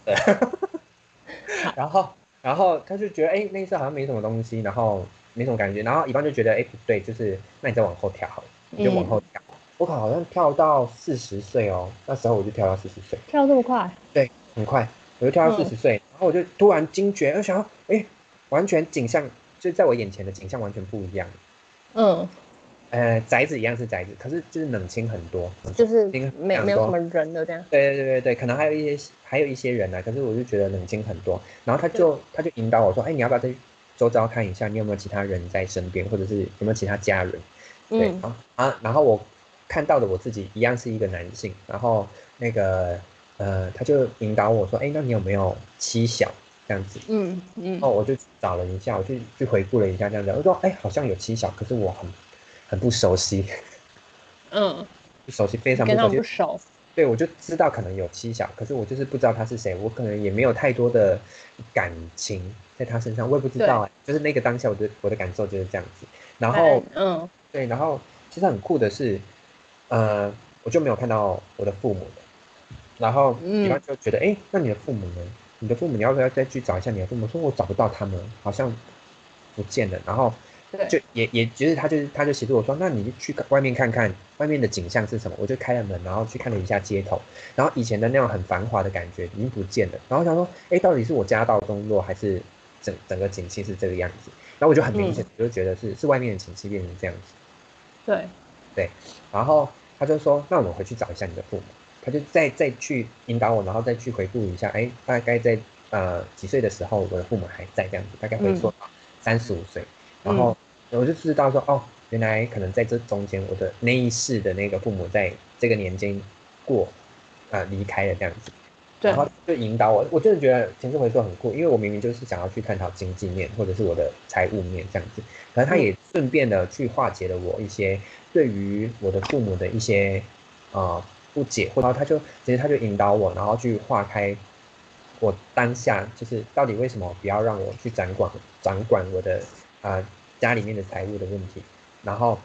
好， 然后他就觉得，那一次好像没什么东西，然后没什么感觉，然后一般就觉得，不对，就是那你再往后跳好了，你就往后跳。我靠，好像跳到40岁哦，那时候我就跳到40岁， 跳这么快？ 对，很快，我就跳到40岁，然后我就突然惊觉，我想到，完全景象就在我眼前的景象完全不一样。 嗯， 宅子一样是宅子，可是就是冷清很多， 就是冷没有什么人的这样。 对对对对对，可能还有一些人呢、可是我就觉得冷清很多。然后他就引导我说，你要不要在周遭看一下，你有没有其他人在身边，或者是有没有其他家人？对然后我看到的我自己一样是一个男性，然后那个他就引导我说，那你有没有妻小这样子？然后我就找了一下，我去回顾了一下这样子，我说，好像有妻小，可是我很不熟悉，不熟悉，非常不跟他熟悉。 们不熟。 对，我就知道可能有妻小，可是我就是不知道他是谁，我可能也没有太多的感情在他身上，我也不知道就是那个当下我的感受就是这样子。然后对，然后其实很酷的是，我就没有看到我的父母的，然后一般就觉得，那你的父母呢？你的父母你要不要再去找一下你的父母？说我找不到他们，好像不见了。然后就也就是他就协助我说，那你去外面看看外面的景象是什么。我就开了门，然后去看了一下街头，然后以前的那种很繁华的感觉已经不见了。然后想说，到底是我家道中落，还是整个景气是这个样子？然后我就很明显，我就觉得是外面的景气变成这样子。对，然后他就说，那我们回去找一下你的父母。他就再去引导我，然后再去回顾一下，大概在几岁的时候，我的父母还在这样子，大概回溯到35岁，然后我就知道说，原来可能在这中间，我的那一世的那个父母在这个年间离开了这样子，然后就引导我，我真的觉得前世回溯很酷，因为我明明就是想要去探讨经济面或者是我的财务面这样子，可是他也顺便的去化解了我一些对于我的父母的一些不解，或者他就引导我，然后去化开我当下就是到底为什么不要让我去掌管我的家里面的财务的问题，然后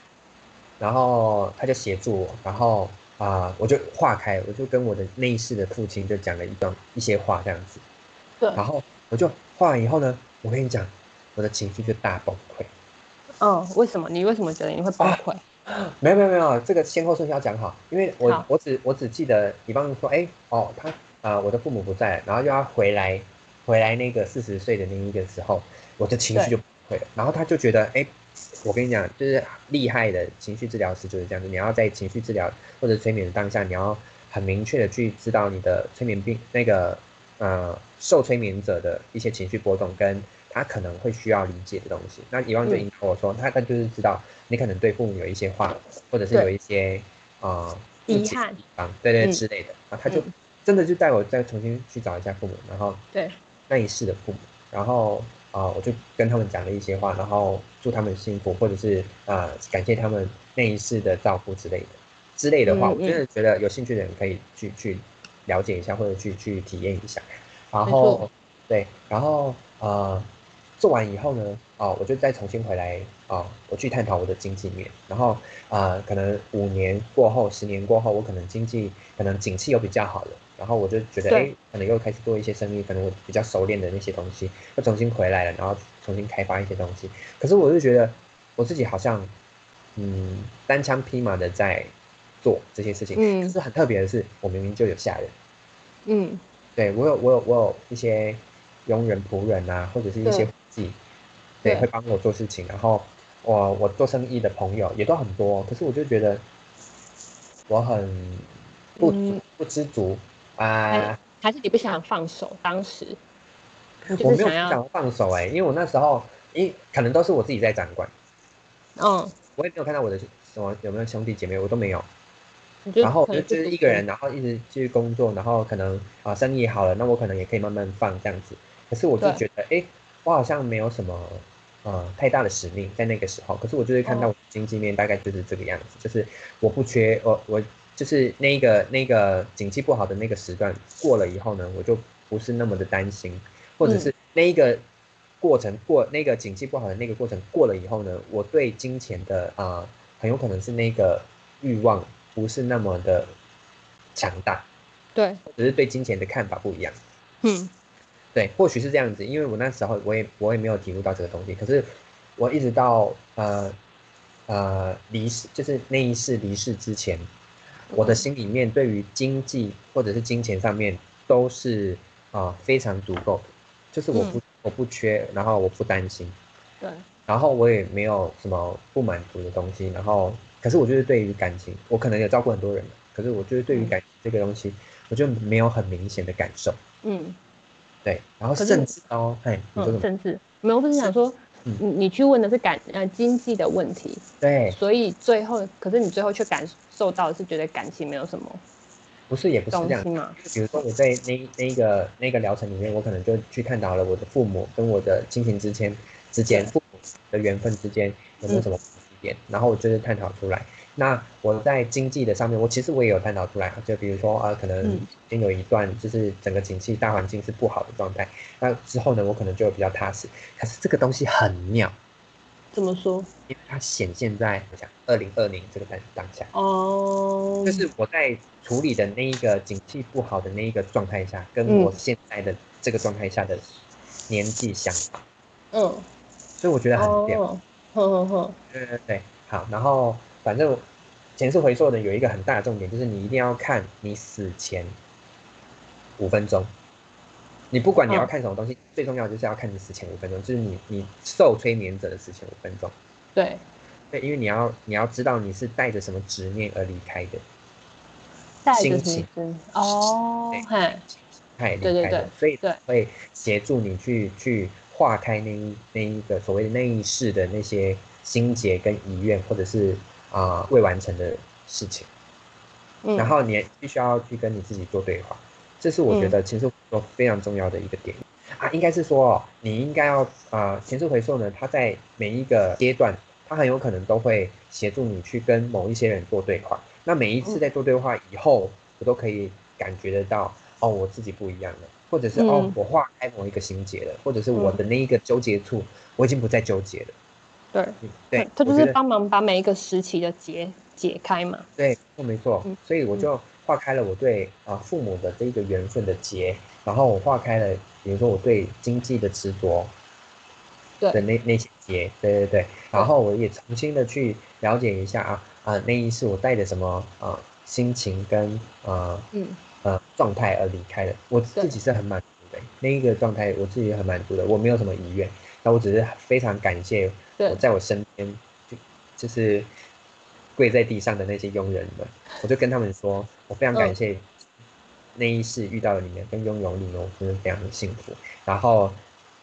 他就协助我，然后我就化开，我就跟我的那一世的父亲就讲了一些话这样子，然后我就化完以后呢，我跟你讲，我的情绪就大崩溃。 为什么？你为什么觉得你会崩溃？ 没有，这个先后顺序要讲好，因为我只记得，比方说，我的父母不在，然后又要回来那个40岁的那一个时候，我的情绪就崩溃了。然后他就觉得，我跟你讲，就是厉害的情绪治疗师就是这样子，你要在情绪治疗或者催眠的当下，你要很明确的去知道你的催眠病那个受催眠者的一些情绪波动跟他可能会需要理解的东西。那以往就引导我说，他就是知道你可能对父母有一些话，或者是有一些遗憾地方，对之类的，然后他就真的就带我再重新去找一下父母，然后那一世的父母，然后我就跟他们讲了一些话，然后祝他们幸福，或者是感谢他们那一世的照顾之类的话，我真的觉得有兴趣的人可以去了解一下，或者去体验一下。然后对，然后做完以后呢，我就再重新回来我去探讨我的经济面，然后可能5年过后、10年过后，我可能经济可能景气又比较好了，然后我就觉得可能又开始做一些生意，可能我比较熟练的那些东西又重新回来了，然后重新开发一些东西。可是我就觉得我自己好像单枪匹马的在做这些事情，可是很特别的是，我明明就有下人，对我有一些佣人仆人啊，或者是一些伙计，对，会帮我做事情，然后我做生意的朋友也都很多，可是我就觉得我很不知足啊， 还是你不想放手？当时你就我没有是想要放手因为我那时候可能都是我自己在掌管，我也没有看到我的什么有没有兄弟姐妹，我都没有。然后我就是一个人，然后一直继续工作，然后可能生意好了，那我可能也可以慢慢放这样子。可是我就觉得，我好像没有什么太大的使命在那个时候。可是我就是看到经济面大概就是这个样子，就是我不缺，我就是那个景气不好的那个时段过了以后呢，我就不是那么的担心，或者是那一个过程那个景气不好的那个过程过了以后呢，我对金钱的很有可能是那个欲望不是那么的强大， 对， 只是对金钱的看法不一样。对，或许是这样子，因为我那时候我也没有体悟到这个东西，可是我一直到离世，就是那一世离世之前，我的心里面对于经济或者是金钱上面都是非常足够的，就是我不缺，然后我不担心， 对， 然后我也没有什么不满足的东西，然后可是我就是对于感情，我可能有照顾很多人，可是我就是对于感情这个东西，我就没有很明显的感受。对，然后甚至你说什么？ 甚至没有，不是想说，你去问的是经济的问题， 对， 所以可是你最后却感受到是觉得感情没有什么， 也不是这样。比如说我在那个疗程里面，我可能就去探讨了我的父母跟我的亲情之间父母的缘分之间有没有什么点，然后我就是探讨出来。那我在经济的上面，其实我也有探讨出来，就比如说可能先有一段就是整个景气大环境是不好的状态，那之后呢，我可能就比较踏实。可是这个东西很妙， 怎么说？ 因为它显现在2020这个当下，就是我在处理的那一个景气不好的那一个状态下，跟我现在的这个状态下的年纪相仿，所以我觉得很屌。对，好，然后反正前世回溯的有一个很大的重点，就是你一定要看你死前5分钟。你不管你要看什么东西，最重要就是要看你死前5分钟，就是你受催眠者的死前5分钟。 对， 因为你要知道你是带着什么执念而离开的， 心情离开的，所以会协助你去化开那一个所谓的那一世的那些心结跟遗愿，或者是未完成的事情。然后你必须要去跟你自己做对话，这是我觉得前世回溯非常重要的一个点应该是说你应该要前世回溯呢，它在每一个阶段，它很有可能都会协助你去跟某一些人做对话。那每一次在做对话以后，我都可以感觉得到我自己不一样了，或者是我化开某一个心结了，或者是我的那一个纠结处，我已经不再纠结了。 对，它就是帮忙把每一个时期的结解开嘛。 对，没错。所以我就化开了我对父母的这个缘分的结，然后我化开了，比如说我对经济的执着的那些结，对。然后我也重新的去了解一下那一世我带着什么心情跟状态而离开的，我自己是很满足的。那一个状态我自己很满足的，我没有什么遗愿，那我只是非常感谢我在我身边就是跪在地上的那些佣人们，我就跟他们说，我非常感谢那一世遇到了你们，跟拥有你们，我真的非常的幸福。然后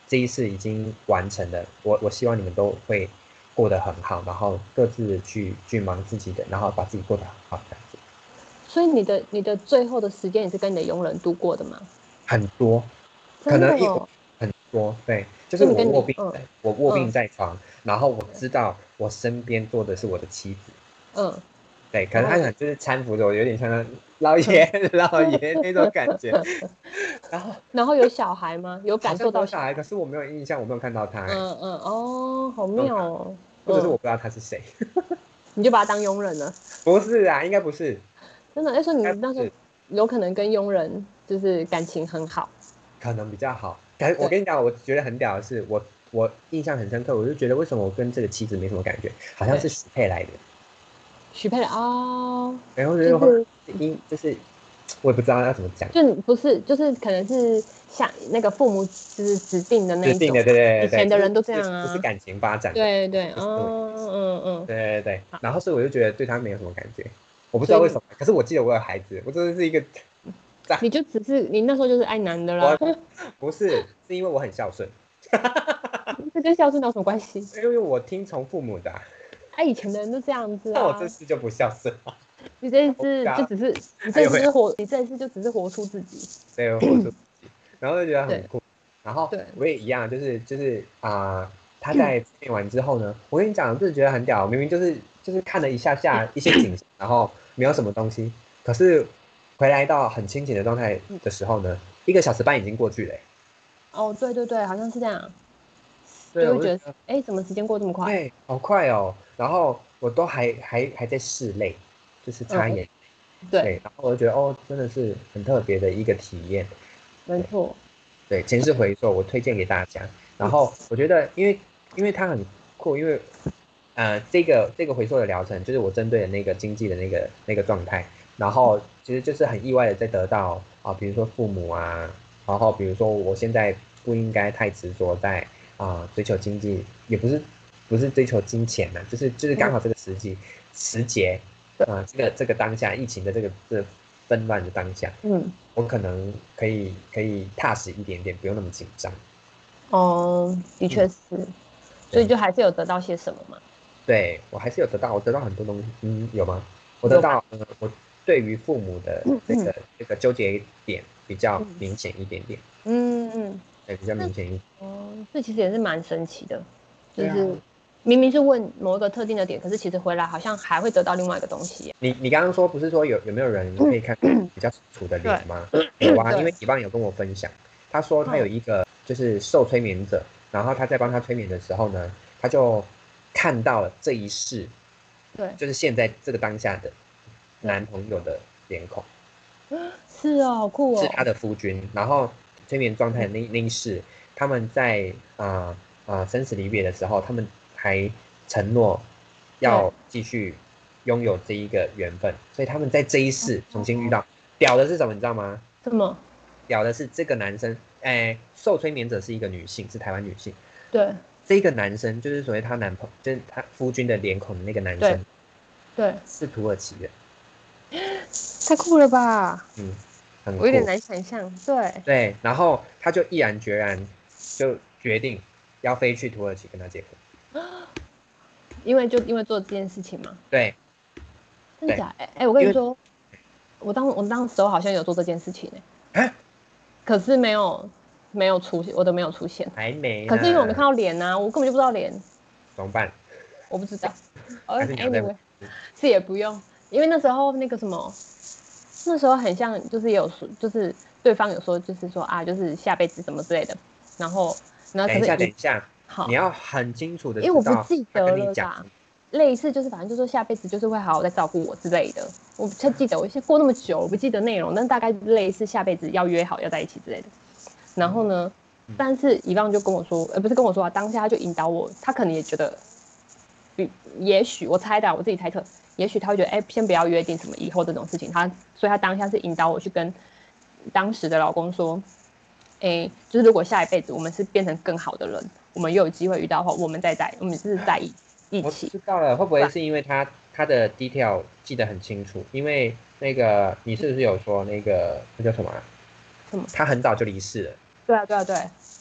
这一世已经完成了，我希望你们都会过得很好，然后各自去忙自己的，然后把自己过得很好这样子。 所以你的最后的时间也是跟你的佣人度过的吗？ 很多，可真的能哦。 很多，对，就是所以你跟你我卧病在床，然后我知道我身边坐的是我的妻子， 嗯对，可能他可能就是搀扶着我，有点像老爷老爷那种感觉，然后然后有小孩吗？有好感受到像有小孩，可是我没有印象，我没有看到他， 哦，好妙哦。 或者是我不知道他是谁， 你就把他当佣人了。 不是啊，应该不是， 真的，说你应该那时候不是， 有可能跟佣人就是感情很好。 可能比较好。可是我对， 跟你讲，我觉得很屌的是，我印象很深刻，我就觉得为什么我跟这个妻子没什么感觉，好像是对， 许配来的。 许配了哦。 然后就是就是我也不知道要怎么讲， 就不是就是可能是像那个父母就是指定的那一种， 指定的，对对以对对， 前的人都这就是样啊。 不是感情发展的， 对对， 不是那种，对对对。 好， 然后所以我就觉得对他没有什么感觉，我不知所以道为什么，可是我记得我有孩子，我真的是一个你就只是你那时候就是爱男的啦。 我不是是因为我很孝顺， 这跟孝顺有什么关系？ 因为我听从父母的啊， 以前的人都这样子那我这啊。 次就不孝顺了。 你这一我不要次就只是你哎呦喂， 这一次就只是活出自己。 对，我是，然后就觉得很对酷。然后对， 我也一样，就是他在练完之后呢，我跟你讲，就是觉得很屌，明明就是看了一下下一些景象，然后没有什么东西，可是回来到很清醒的状态的时候呢，1个小时半已经过去了欸。 哦，对对对，好像是这样。就对， 会觉得， 我就觉得哎，怎么时间过这么快？ 对，好快哦。然后我都还在拭泪，就是擦嗯， 眼， 对， 对，然后我就觉得哦，真的是很特别的一个体验。对。 没错。 对，前世回溯我推荐给大家。然后我觉得，因为它很酷，因为这个回溯的疗程，就是我针对的那个经济的那个状态，然后其实就是很意外的在得到比如说父母啊，然后比如说我现在不应该太执着在追求经济，也不是追求金钱呢、就是刚好这个时节这个当下疫情的这纷乱的当下。我可能可以踏实一点点，不用那么紧张。 哦，的确嗯， 是。所以对， 就还是有得到些什么嘛？ 对我还是有得到，我得到很多东西。有吗？我得有吧？ 到，我对于父母的这个纠结点比较明显一点点， 嗯嗯。 对，比较那明显一点。 这其实也是蛮神奇的，就对啊， 是明明是问某一个特定的点，可是其实回来好像还会得到另外一个东西。 你刚刚说不是说有没有人可以看到比较清楚的对脸吗？有啊，因对， 为一棒有跟我分享，他说他有一个就是受催眠者，然后他在帮他催眠的时候呢，他就看到了这一世， 对就是现在这个当下的对， 男朋友的脸孔是哦，好酷哦。 是他的夫君，然后催眠状态的那一世，他们在生死离别的时候，他们还承诺对， 要继续拥有这一个缘分，所以他们在这一世重新遇到。屌的是什么，你知道吗？ 这么屌的是这个男生，受催眠者是一个女性，是台湾女性。 对这个男生就是所谓他男朋友，就是他夫君的脸孔的那个男对生， 对， 是土耳其人。 太酷了吧！ 嗯，很酷。 我有点难想象。对， 对，然后他就毅然决然就决定要飞去土耳其跟他结婚。 因为做这件事情嘛。 对对， 真的假？我跟因为你说，我当时候好像有做这件事情啊可是没有出现，我都没有出现。 还没可是因为我没呢， 看到脸啊，我根本就不知道脸。 怎么办？ 我不知道。 还是你要再问？ anyway，是也不用，因为那时候那个什么，那时候很像，就是也有说，就是对方有说，就是说啊，就是下辈子什么之类的。然后可是等一下， 好， 你要很清楚的因为我不知道他记得跟你讲。 了啦。类似就是反正就说下辈子就是会好好再照顾我之类的。我不记得，我现在过那么久，我不记得内容，但大概类似下辈子要约好要在一起之类的。然后呢，但是以望就跟我说，不是跟我说啊，当下他就引导我，他可能也觉得，也许我猜的，我自己猜测，也许他会觉得，先不要约定什么以后这种事情，所以他当下是引导我去跟当时的老公说，就是如果下一辈子我们是变成更好的人，我们又有机会遇到的话，我们是在一我起。 知道了，会不会是因为他的 detail 记得很清楚？因为那个你是不是有说那个那叫什么啊？ 什么？ 他很早就离世了。 对啊，对啊，对。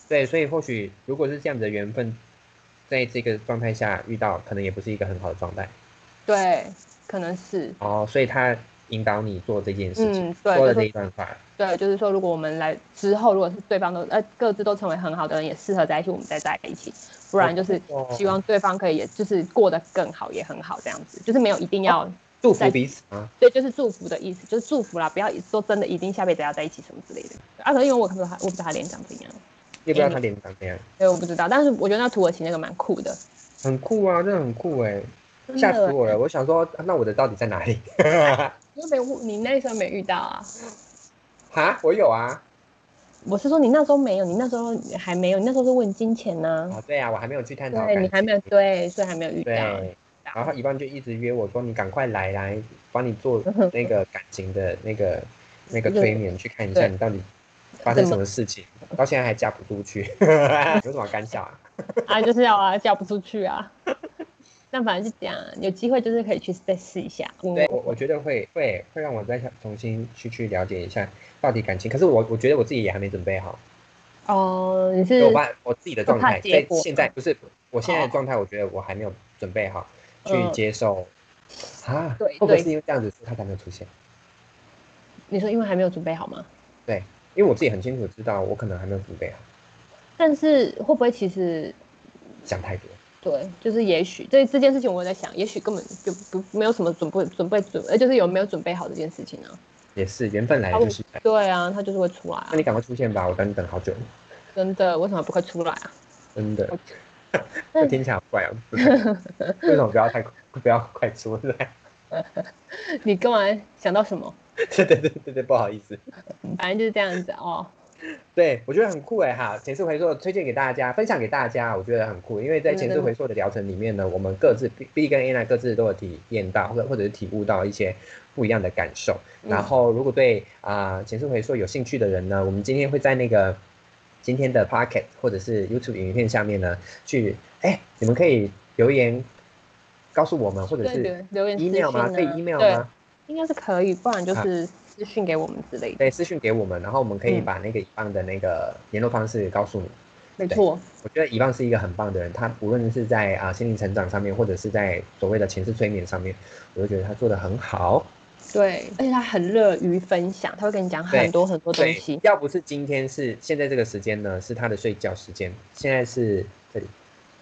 对，所以或许如果是这样子的缘分，在这个状态下遇到，可能也不是一个很好的状态。 对，可能是。 哦，所以他引导你做这件事情， 对， 说了这就是一段话。 对，就是说，如果我们来之后，如果是对方都各自都成为很好的人，也适合在一起，我们再在一起。不然就是希望对方可以，也就是过得更好，也很好这样子，就是没有一定要祝福彼此啊。 对，就是祝福的意思，就是祝福啦，不要说真的一定下辈子要在一起什么之类的。可能因为我不知道他脸长怎样， 你也不知道他脸长怎样。 对，我不知道，但是我觉得那土耳其那个蛮酷的， 很酷啊，真的很酷哎，吓死我了！我想说，那我的到底在哪里？ 你那时候没遇到啊？ 哈，我有啊。 我是说你那时候没有，你那时候还没有，你那时候是问金钱呢。 哦，对啊，我还没有去探讨。 对，你还没有对，所以还没有遇到。 对，然后一般就一直约我说，你赶快来帮你做那个感情的那个催眠，去看一下你到底发生什么事情，到现在还嫁不出去，有什么干笑啊？ 啊，就是要啊，嫁不出去啊。但反正是这样，有机会就是可以去再试一下。 对，我觉得会让我再重新去了解一下到底感情。可是我觉得我自己也还没准备好。 哦，你是我自己的状态，在现在不是我现在的状态，我觉得我还没有准备好去接受啊。会不会是因为这样子，他才没有出现？ 你说因为还没有准备好吗？ 对，因为我自己很清楚知道我可能还没有准备好。 但是会不会其实想太多？ 对，就是也许这件事情我在想，也许根本就没有什么准备，就是有没有准备好这件事情呢？ 也是缘分来了就是来。 对啊，他就是会出来啊。 那你赶快出现吧，我等你等好久了。 真的，为什么不快出来啊？ 真的，这听起来好怪哦。为什么不要快出来？ 你干嘛想到什么？ 对，不好意思。 反正就是这样子哦。 对，我觉得很酷哎哈！前世回溯推荐给大家，分享给大家，我觉得很酷。因为在前世回溯的疗程里面呢，我们各自 B 跟 Anna 各自都有体验到，或者是体悟到一些不一样的感受。然后，如果对前世回溯有兴趣的人呢，我们今天会在那个今天的 Pocket 或者是 YouTube 影片下面呢，你们可以留言告诉我们，或者是留言 email 吗？可以 email 吗？ 应该是可以，不然就是私讯给我们之类的。 对，私讯给我们，然后我们可以把那个以棒的那个联络方式告诉你。 没错， 我觉得以棒是一个很棒的人，他无论是在心灵成长上面，或者是在所谓的前世催眠上面，我就觉得他做得很好。 对，而且他很乐于分享，他会跟你讲很多很多东西。 要不是今天是现在这个时间呢，是他的睡觉时间，现在是这里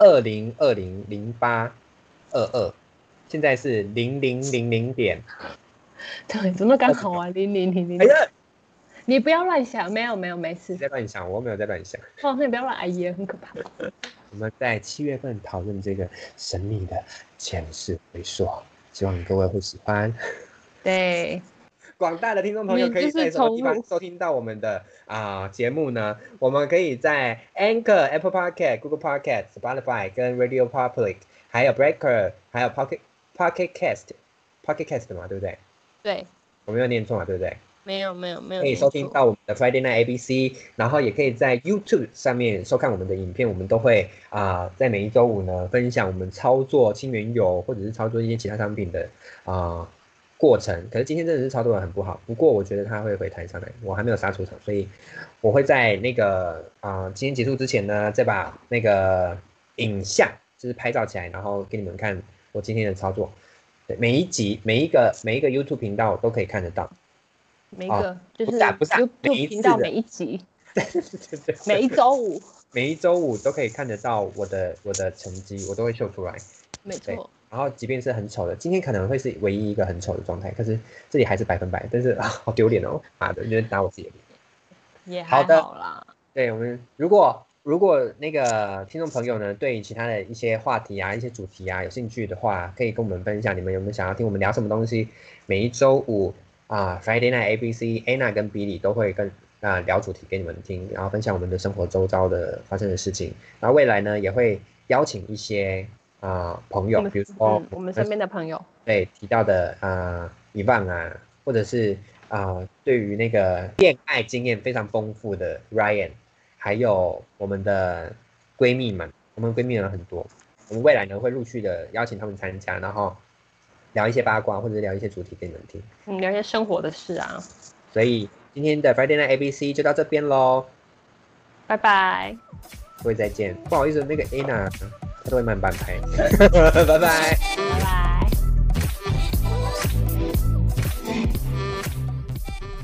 20200822，现在是0000点。 对，怎么刚好啊？0000。 哎呀， 你不要乱想，没有，没事。 你在乱想，我没有在乱想。 哦，那你不要乱，哎呀，很可怕。 我们在7月份讨论这个神秘的前世回溯，希望各位会喜欢。 对， 广大的听众朋友可以在什么地方收听到我们的节目呢？我们可以在 Anchor、Apple Podcast、Google Podcast、Spotify 跟 Radio Public， 还有 Breaker， 还有 Pocket Cast 嘛，对不对？ 对， 我没有念错嘛，对不对？ 没有。 可以收听到我们的 Friday Night ABC， 然后也可以在 YouTube 上面收看我们的影片。我们都会在每一周五呢分享我们操作清原油或者是操作一些其他商品的过程。可是今天真的是操作的很不好，不过我觉得他会回弹上来，我还没有杀出场，所以我会在那个今天结束之前呢，再把那个影像就是拍照起来，然后给你们看我今天的操作。对，每一集每一个 YouTube 频道都可以看得到。 每一个就是不是 YouTube 频道每一集， 对， 每一周五都可以看得到我的成绩，我都会秀出来。 没错。 然后即便是很丑的，今天可能会是唯一一个很丑的状态，可是这里还是100%，但是好丢脸哦，妈的，就是打我自己的脸。 也还好啦。 对，我们如果那个听众朋友呢，对其他的一些话题一些主题有兴趣的话，可以跟我们分享，你们有没有想要听我们聊什么东西？每一周五Friday Night ABC Anna 跟 Billy 都会跟聊主题给你们听，然后分享我们的生活周遭的发生的事情。然后未来呢，也会邀请一些朋友，比如说我们身边的朋友， 对提到的Ivan或者是对于那个恋爱经验非常丰富的 Ryan， 还有我们的闺蜜们，我们闺蜜们很多，我们未来呢会陆续的邀请他们参加，然后聊一些八卦或者聊一些主题给你们听， 聊一些生活的事啊。 所以今天的 Friday Night ABC 就到这边咯， 拜拜。 各位再见。不好意思，那个 Anna 她都会慢半拍，拜拜。